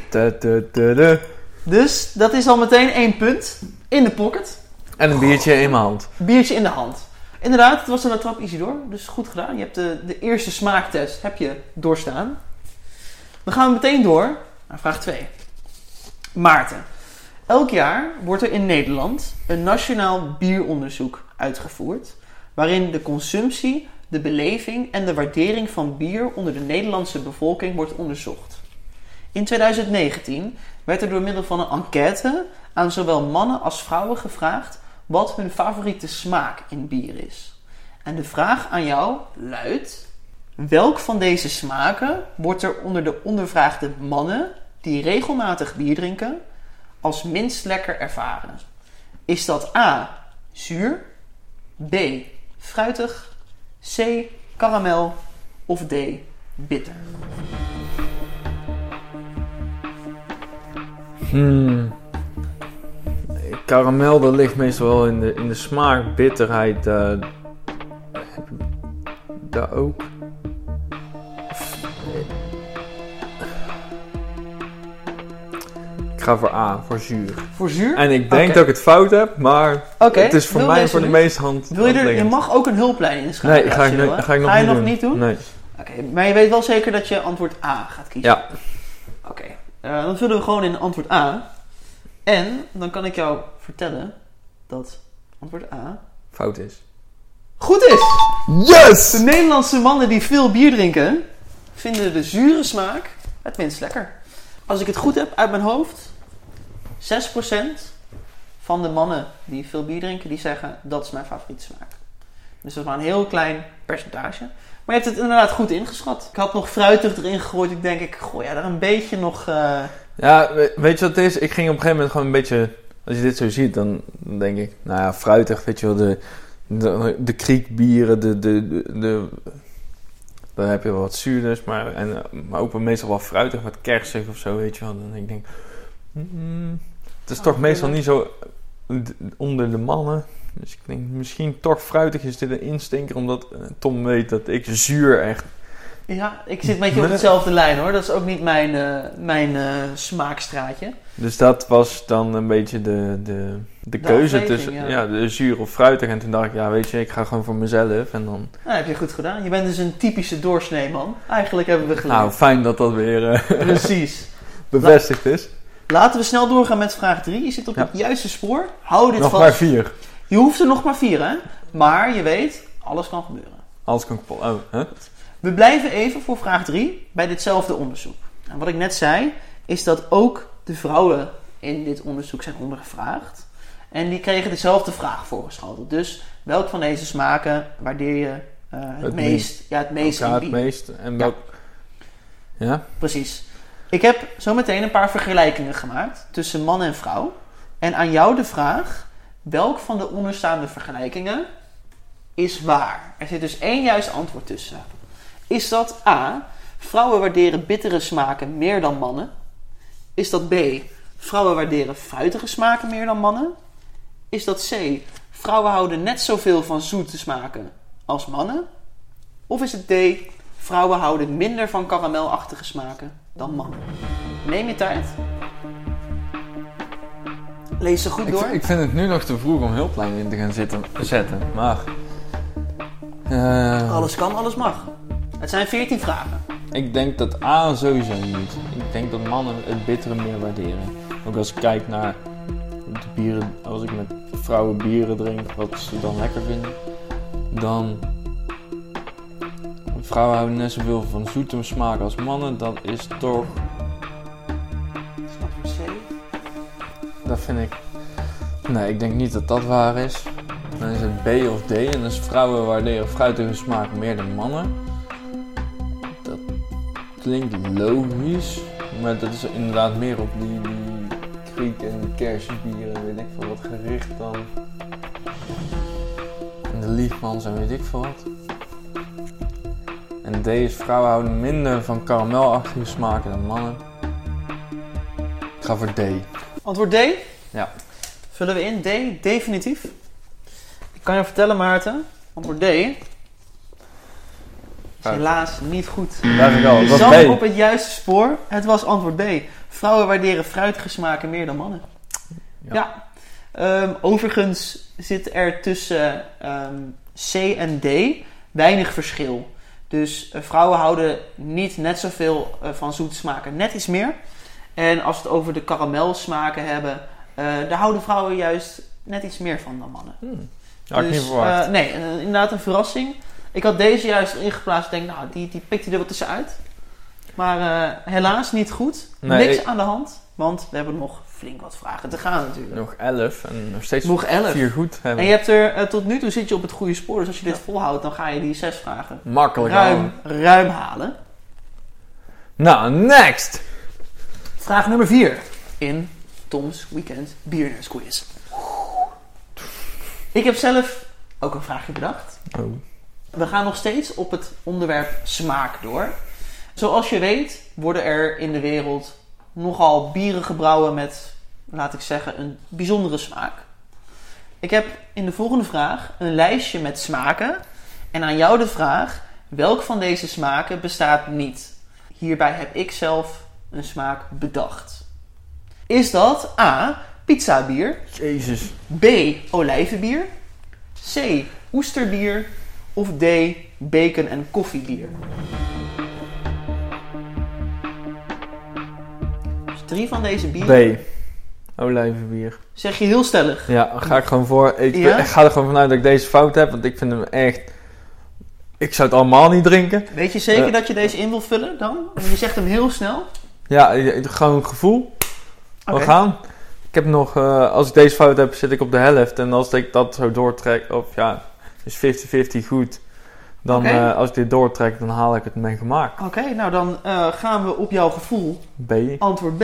Dus dat is al meteen 1 punt in de pocket. En een biertje in mijn hand. Biertje in de hand. Inderdaad, het was een La Trappe Isidore. Dus goed gedaan. Je hebt de eerste smaaktest heb je doorstaan. Dan gaan we meteen door naar vraag 2. Maarten. Elk jaar wordt er in Nederland een nationaal bieronderzoek uitgevoerd, waarin de consumptie, de beleving en de waardering van bier onder de Nederlandse bevolking wordt onderzocht. In 2019 werd er door middel van een enquête aan zowel mannen als vrouwen gevraagd wat hun favoriete smaak in bier is. En de vraag aan jou luidt: welk van deze smaken wordt er onder de ondervraagde mannen die regelmatig bier drinken als minst lekker ervaren? Is dat A, zuur, B, fruitig, C, karamel of D, bitter? Karamel, dat ligt meestal wel in de smaak. Bitterheid, daar ook. Ik ga voor A, voor zuur. Voor zuur? En ik denk dat ik het fout heb, maar het is voor mij voor de meeste hand. Wil je mag ook een hulplijn inschakelen. Nee, ga ik nog niet doen. Nee. Oké, maar je weet wel zeker dat je antwoord A gaat kiezen? Ja. Oké, dan vullen we gewoon in antwoord A. En dan kan ik jou vertellen dat antwoord A fout is. Goed is! Yes! De Nederlandse mannen die veel bier drinken vinden de zure smaak het minst lekker. Als ik het goed heb uit mijn hoofd, 6% van de mannen die veel bier drinken, die zeggen dat is mijn favoriete smaak. Dus dat is maar een heel klein percentage. Maar je hebt het inderdaad goed ingeschat. Ik had nog fruitig erin gegooid. Ik denk, daar een beetje nog... Ja, weet je wat het is? Ik ging op een gegeven moment gewoon een beetje... Als je dit zo ziet, dan denk ik... Nou ja, fruitig, weet je wel. De kriekbieren, dan heb je wel wat zuurders, maar ook wel meestal wel fruitig, wat kersig of zo, weet je wel. Dan denk ik... het is toch meestal niet zo onder de mannen... Dus ik denk, misschien toch fruitig is dit een instinker, omdat Tom weet dat ik zuur echt... Ja, ik zit een beetje op dezelfde lijn hoor. Dat is ook niet mijn smaakstraatje. Dus dat was dan een beetje de keuze tussen de zuur of fruitig. En toen dacht ik, ja weet je, ik ga gewoon voor mezelf. En dan... Nou, heb je goed gedaan. Je bent dus een typische doorsneeman. Eigenlijk hebben we geleerd. Nou, fijn dat dat weer precies bevestigd is. Laten we snel doorgaan met vraag 3. Je zit op het juiste spoor. Hou dit nog vast. Maar 4. Je hoeft er nog maar 4, hè? Maar je weet, alles kan gebeuren. Alles kan kapot. Oh, hè? We blijven even voor vraag 3 bij ditzelfde onderzoek. En wat ik net zei, is dat ook de vrouwen in dit onderzoek zijn ondergevraagd. En die kregen dezelfde vraag voorgeschoteld. Dus welk van deze smaken waardeer je het meest? Ja, het meest. Ja, het meest. En welk... Ja? Precies. Ik heb zometeen een paar vergelijkingen gemaakt tussen man en vrouw. En aan jou de vraag... Welk van de onderstaande vergelijkingen is waar? Er zit dus 1 juist antwoord tussen. Is dat A, vrouwen waarderen bittere smaken meer dan mannen? Is dat B, vrouwen waarderen fruitige smaken meer dan mannen? Is dat C, vrouwen houden net zoveel van zoete smaken als mannen? Of is het D, vrouwen houden minder van karamelachtige smaken dan mannen? Neem je tijd. Lees ze goed door. Ik vind het nu nog te vroeg om hulplijn in te gaan zetten. Maar... Alles kan, alles mag. Het zijn 14 vragen. Ik denk dat A sowieso niet. Ik denk dat mannen het bittere meer waarderen. Ook als ik kijk naar de bieren, als ik met vrouwen bieren drink, wat ze dan lekker vinden. Dan... Vrouwen houden net zoveel van zoete smaak als mannen. Dat is toch... Is dat voor C? Dat vind ik... Nee, ik denk niet dat dat waar is. Dan is het B of D. En dus vrouwen waarderen fruitige smaak meer dan mannen. Dat klinkt logisch. Maar dat is inderdaad meer op die kriek en kersenbieren, weet ik veel wat gericht dan. En de Liefmans en weet ik veel wat. En D is vrouwen houden minder van karamelachtige smaken dan mannen. Ik ga voor D. Antwoord D? Ja. Vullen we in D, definitief. Ik kan je vertellen, Maarten, antwoord D is helaas niet goed. Daar ik al. Je Wat zat B? op het juiste spoor. Het was antwoord B. Vrouwen waarderen fruitige smaken meer dan mannen. Ja. Overigens zit er tussen C en D weinig verschil. Dus vrouwen houden niet net zoveel van zoete smaken, net iets meer. En als we het over de karamelsmaken hebben, daar houden vrouwen juist net iets meer van dan mannen. Had ik niet verwacht. Nee, inderdaad een verrassing. Ik had deze juist ingeplaatst. Ik denk, nou, die pikt hij er wat tussenuit. Maar helaas niet goed. Nee, Niks aan de hand. Want we hebben nog flink wat vragen te gaan natuurlijk. Nog 11 en nog steeds Nog 11. 4 goed hebben. En je hebt er, tot nu toe zit je op het goede spoor. Dus als je dit volhoudt, dan ga je die 6 vragen Makkelijk ruim halen. Nou, next! Vraag nummer 4 in Tom's Weekend Biernerds Quiz. Ik heb zelf ook een vraagje bedacht. Oh. We gaan nog steeds op het onderwerp smaak door. Zoals je weet worden er in de wereld nogal bieren gebrouwen met, laat ik zeggen, een bijzondere smaak. Ik heb in de volgende vraag een lijstje met smaken. En aan jou de vraag, welk van deze smaken bestaat niet? Hierbij heb ik zelf een smaak bedacht. Is dat A, pizzabier, Jezus. B, olijvenbier, C, oesterbier of D, bacon- en koffiebier? Dus 3 van deze bieren. B. Olijvenbier. Zeg je heel stellig. Ja, daar ga ik gewoon voor. Ik ga er gewoon vanuit dat ik deze fout heb, want ik vind hem echt... Ik zou het allemaal niet drinken. Weet je zeker dat je deze in wil vullen dan? Je zegt hem heel snel. Ja, gewoon gevoel. Oké. We gaan. Ik heb nog, als ik deze fout heb, zit ik op de helft. En als ik dat zo doortrek, of ja, is 50-50 goed. Dan, Oké. als ik dit doortrek, dan haal ik het mee gemaakt. Oké, nou dan gaan we op jouw gevoel. B. Antwoord B.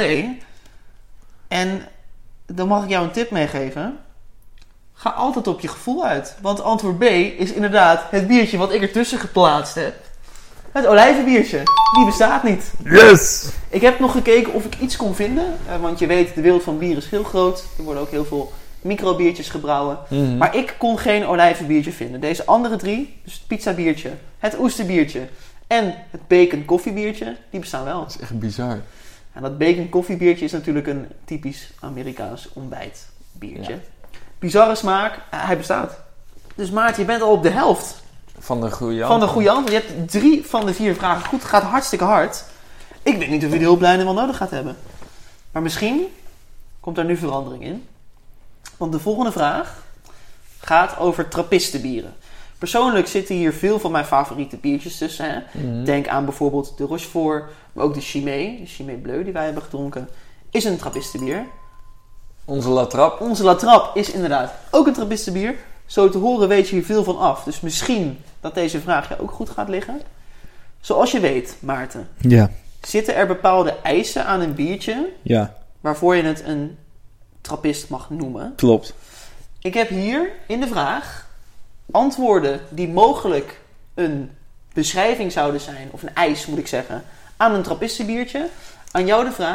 En dan mag ik jou een tip meegeven. Ga altijd op je gevoel uit. Want antwoord B is inderdaad het biertje wat ik ertussen geplaatst heb. Het olijvenbiertje. Die bestaat niet. Yes! Ik heb nog gekeken of ik iets kon vinden. Want je weet, de wereld van bier is heel groot. Er worden ook heel veel microbiertjes gebrouwen. Mm-hmm. Maar ik kon geen olijvenbiertje vinden. Deze andere 3, dus het pizzabiertje, het oesterbiertje en het bacon koffiebiertje, die bestaan wel. Dat is echt bizar. En dat bacon koffiebiertje is natuurlijk een typisch Amerikaans ontbijtbiertje. Ja. Bizarre smaak, hij bestaat. Dus Maarten, je bent al op de helft Van de goede van de goede antwoord. Je hebt 3 van de 4 vragen goed. Het gaat hartstikke hard. Ik weet niet of je de hulplijn wel nodig gaat hebben. Maar misschien komt er nu verandering in. Want de volgende vraag gaat over trappistenbieren. Persoonlijk zitten hier veel van mijn favoriete biertjes tussen. Hè? Mm-hmm. Denk aan bijvoorbeeld de Rochefort, maar ook de Chimay Bleu die wij hebben gedronken, is een trappistenbier. Onze La Trappe. Onze La Trappe is inderdaad ook een trappistenbier. Zo te horen weet je hier veel van af. Dus misschien dat deze vraag je ook goed gaat liggen. Zoals je weet, Maarten, Ja. zitten er bepaalde eisen aan een biertje Ja, waarvoor je het een trappist mag noemen. klopt. Ik heb hier in de vraag antwoorden die mogelijk een beschrijving zouden zijn, of een eis moet ik zeggen, aan een trappistenbiertje. Aan jou de vraag,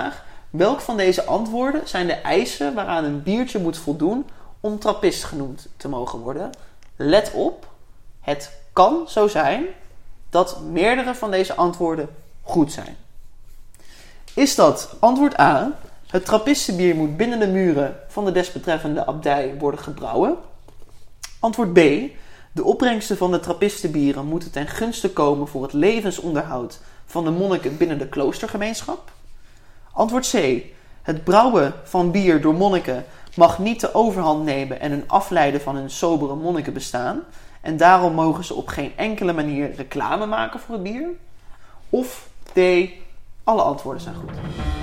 Welk van deze antwoorden zijn de eisen waaraan een biertje moet voldoen om trappist genoemd te mogen worden? Let op, het kan zo zijn dat meerdere van deze antwoorden goed zijn. Is dat antwoord A, het trappistenbier moet binnen de muren van de desbetreffende abdij worden gebrouwen? Antwoord B, de opbrengsten van de trappistenbieren moeten ten gunste komen voor het levensonderhoud van de monniken binnen de kloostergemeenschap? Antwoord C, het brouwen van bier door monniken mag niet de overhand nemen en hun afleiden van hun sobere monnikenbestaan en daarom mogen ze op geen enkele manier reclame maken voor het bier? Of D, alle antwoorden zijn goed.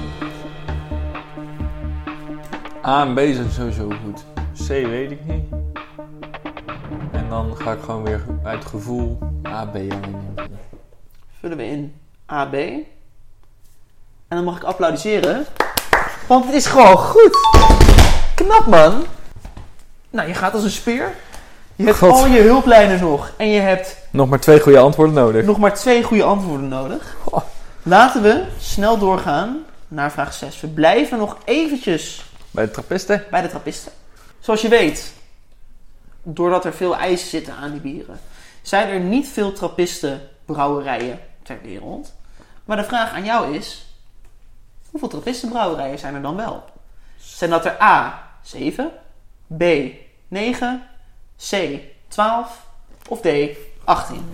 A en B zijn sowieso goed. C weet ik niet. En dan ga ik gewoon weer uit gevoel A, B alleen. Vullen we in A, B. En dan mag ik applaudisseren. Want het is gewoon goed. Knap, man. Nou, je gaat als een speer. Je hebt al je hulplijnen nog. En je hebt nog maar 2 goede antwoorden nodig. nog maar 2 goede antwoorden nodig. Laten we snel doorgaan naar vraag 6. We blijven nog eventjes Bij de trappisten? bij de trappisten. Zoals je weet, doordat er veel eisen zitten aan die bieren, zijn er niet veel trappistenbrouwerijen ter wereld. Maar de vraag aan jou is, hoeveel trappistenbrouwerijen zijn er dan wel? Zijn dat er A, 7, B, 9, C, 12 of D, 18?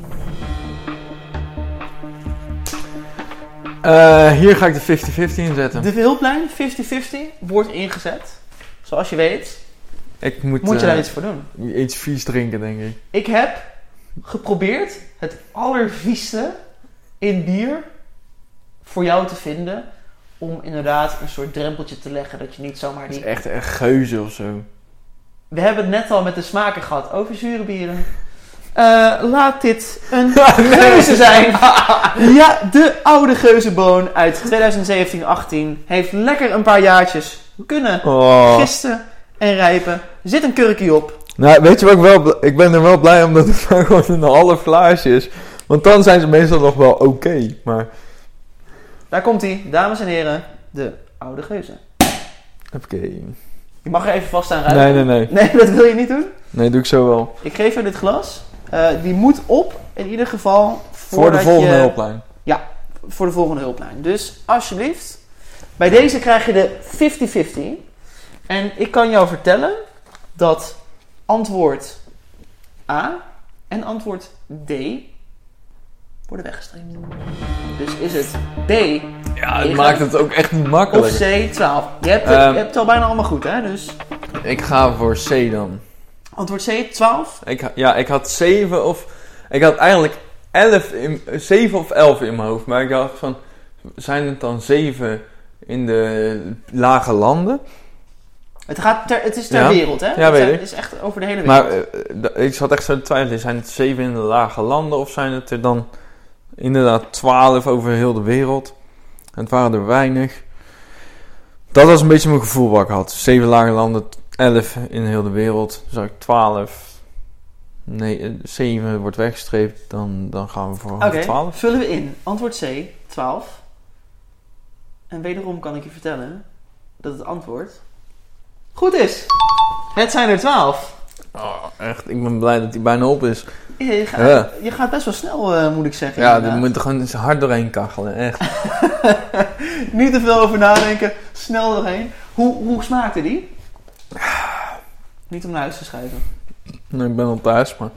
Hier ga ik de 50-50 inzetten. De hulplijn 50-50 wordt ingezet. Zoals je weet, Moet je daar iets voor doen. iets vies drinken, denk ik. Ik heb geprobeerd het allervieste in bier voor jou te vinden. Om inderdaad een soort drempeltje te leggen dat je niet zomaar Het die... is echt een geuze of zo. We hebben het net al met de smaken gehad over zure bieren. Laat dit een geuze zijn. Ja, de oude geuzenboon uit 2017-18 heeft lekker een paar jaartjes kunnen gisten en rijpen. Er zit een kurkje op. Nou, weet je wat ik ben er wel blij om dat het maar gewoon een half glaasje is. Want dan zijn ze meestal nog wel oké, maar... Daar komt hij, dames en heren, de oude geuze. Oké. Je mag er even vast aan ruiken. Nee. Nee, dat wil je niet doen? Nee, doe ik zo wel. Ik geef je dit glas. Die moet op, in ieder geval... Voor de volgende hulplijn. Ja, voor de volgende hulplijn. Dus alsjeblieft. Bij deze krijg je de 50-50. En ik kan jou vertellen dat antwoord A en antwoord D worden weggestreept. Dus is het B... Ja, het maakt het ook echt niet makkelijk. Of C, 12. Je hebt het al bijna allemaal goed, hè? Dus... Ik ga voor C dan. Antwoord C, 12? Ik had 7 of... Ik had eigenlijk 7 of 11 in mijn hoofd. Maar ik dacht van... Zijn het dan 7 in de lage landen? Het is ter wereld, hè? Ja, weet ik. Het is echt over de hele wereld. Maar ik zat echt zo te twijfelen. Zijn het 7 in de lage landen? Of zijn het er dan inderdaad 12 over heel de wereld? En het waren er weinig. Dat was een beetje mijn gevoel wat ik had. 7 lage landen, 11 in heel de wereld. Dus als ik 12... Nee, 7 wordt weggestreept. Dan gaan we voor 12. Vullen we in. Antwoord C, 12. En wederom kan ik je vertellen dat het antwoord goed is. Het zijn er 12. Oh, echt. Ik ben blij dat hij bijna op is. Je gaat best wel snel, moet ik zeggen. Ja, je moet er gewoon eens hard doorheen kachelen. Echt. Niet te veel over nadenken. Snel doorheen. Hoe smaakte die? Niet om naar huis te schrijven. Nee, ik ben al thuis, maar...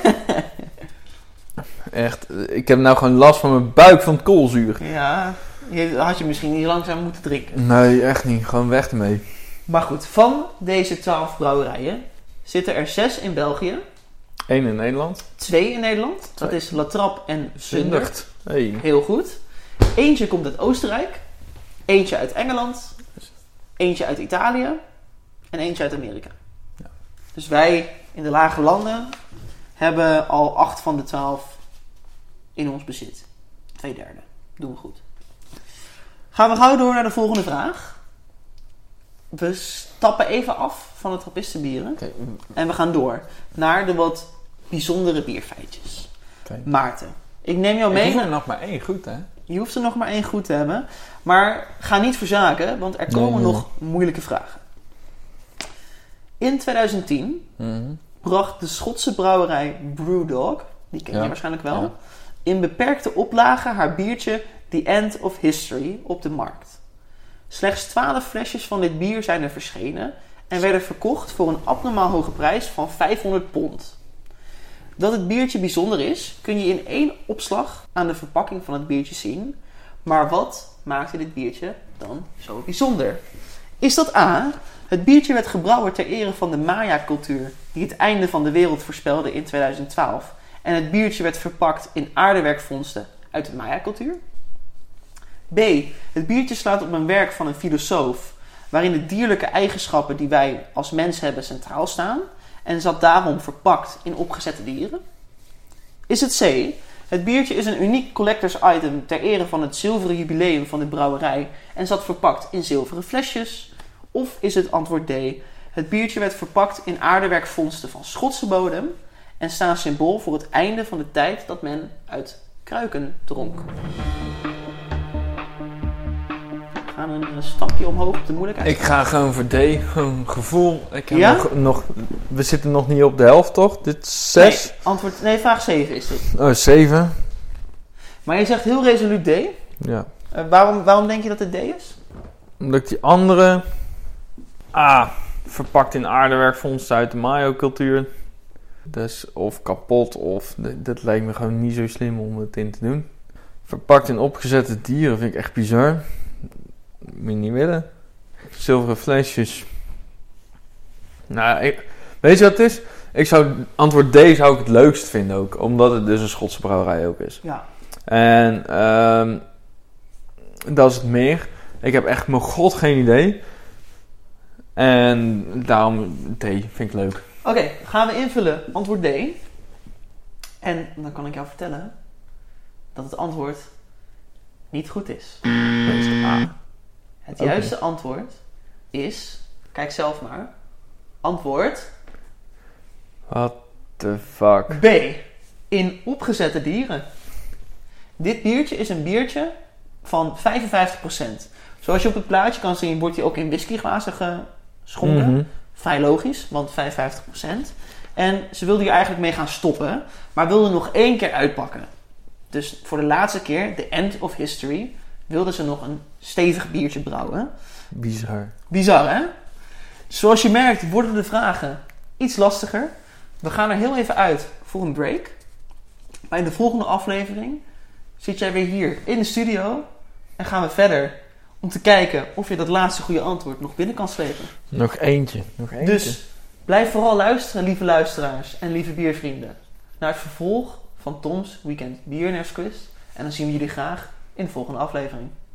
Echt. Ik heb nou gewoon last van mijn buik van het koolzuur. Ja, had je misschien niet langzaam moeten drinken. Nee, echt niet. Gewoon weg ermee. Maar goed, van deze 12 brouwerijen zitten er 6 in België. 1 in Nederland. 2 in Nederland. Dat is La Trappe en Zundert. Hey. Heel goed. Eentje komt uit Oostenrijk. Eentje uit Engeland. Eentje uit Italië. En eentje uit Amerika. Ja. Dus wij in de lage landen hebben al 8 van de 12 in ons bezit. 2/3. Doen we goed. Gaan we gauw door naar de volgende vraag. We stappen even af van de trappistenbieren. Okay. En we gaan door naar de wat bijzondere bierfeitjes. Okay. Maarten, ik neem jou mee. Ik hoef er nog maar 1 goed, hè? Je hoeft er nog maar 1 goed te hebben. Maar ga niet verzaken, want er komen nog moeilijke vragen. In 2010 bracht de Schotse brouwerij Brewdog, die ken je waarschijnlijk wel, in beperkte oplagen haar biertje The End of History op de markt. Slechts 12 flesjes van dit bier zijn er verschenen en werden verkocht voor een abnormaal hoge prijs van £500. Dat het biertje bijzonder is, kun je in 1 opslag aan de verpakking van het biertje zien. Maar wat maakte dit biertje dan zo bijzonder? Is dat A, het biertje werd gebrouwen ter ere van de Maya-cultuur die het einde van de wereld voorspelde in 2012 en het biertje werd verpakt in aardewerkvondsten uit de Maya-cultuur? B, het biertje slaat op een werk van een filosoof waarin de dierlijke eigenschappen die wij als mens hebben centraal staan en zat daarom verpakt in opgezette dieren? Is het C, het biertje is een uniek collectors item ter ere van het zilveren jubileum van de brouwerij en zat verpakt in zilveren flesjes? Of is het antwoord D, het biertje werd verpakt in aardewerkvondsten van Schotse bodem en staat symbool voor het einde van de tijd dat men uit kruiken dronk? We gaan een stapje omhoog op de moeilijkheid. Ik ga gewoon voor D. Gewoon gevoel. Ik heb nog, we zitten nog niet op de helft, toch? Dit is 6. Nee, vraag 7 is dit. Oh, 7. Maar je zegt heel resoluut D. Ja. Waarom denk je dat het D is? Omdat ik die andere... verpakt in aardewerkvondsten uit de Mayo-cultuur. Dus of kapot of... Dat lijkt me gewoon niet zo slim om het in te doen. Verpakt in opgezette dieren vind ik echt bizar. Moet je niet willen. Zilveren flesjes. Nou, weet je wat het is? Antwoord D zou ik het leukst vinden ook. Omdat het dus een Schotse brouwerij ook is. Ja. En dat is het meer. Ik heb echt mijn god geen idee. En daarom D vind ik leuk. Oké, gaan we invullen antwoord D. En dan kan ik jou vertellen dat het antwoord niet goed is. Dat is A. Het juiste antwoord is, kijk zelf maar, antwoord What the fuck? B. In opgezette dieren. Dit biertje is een biertje van 55%. Zoals je op het plaatje kan zien, wordt hij ook in whiskyglazen geschonken. Vrij logisch, want 55%. En ze wilden hier eigenlijk mee gaan stoppen, maar wilden nog 1 keer uitpakken. Dus voor de laatste keer, The End of History, wilden ze nog een stevig biertje brouwen. Bizar, hè? Zoals je merkt worden de vragen iets lastiger. We gaan er heel even uit voor een break. Bij de volgende aflevering zit jij weer hier in de studio en gaan we verder om te kijken of je dat laatste goede antwoord nog binnen kan slepen. Nog eentje. Dus blijf vooral luisteren, lieve luisteraars en lieve biervrienden, naar het vervolg van Tom's Weekend Billionaires Quiz. En dan zien we jullie graag in de volgende aflevering.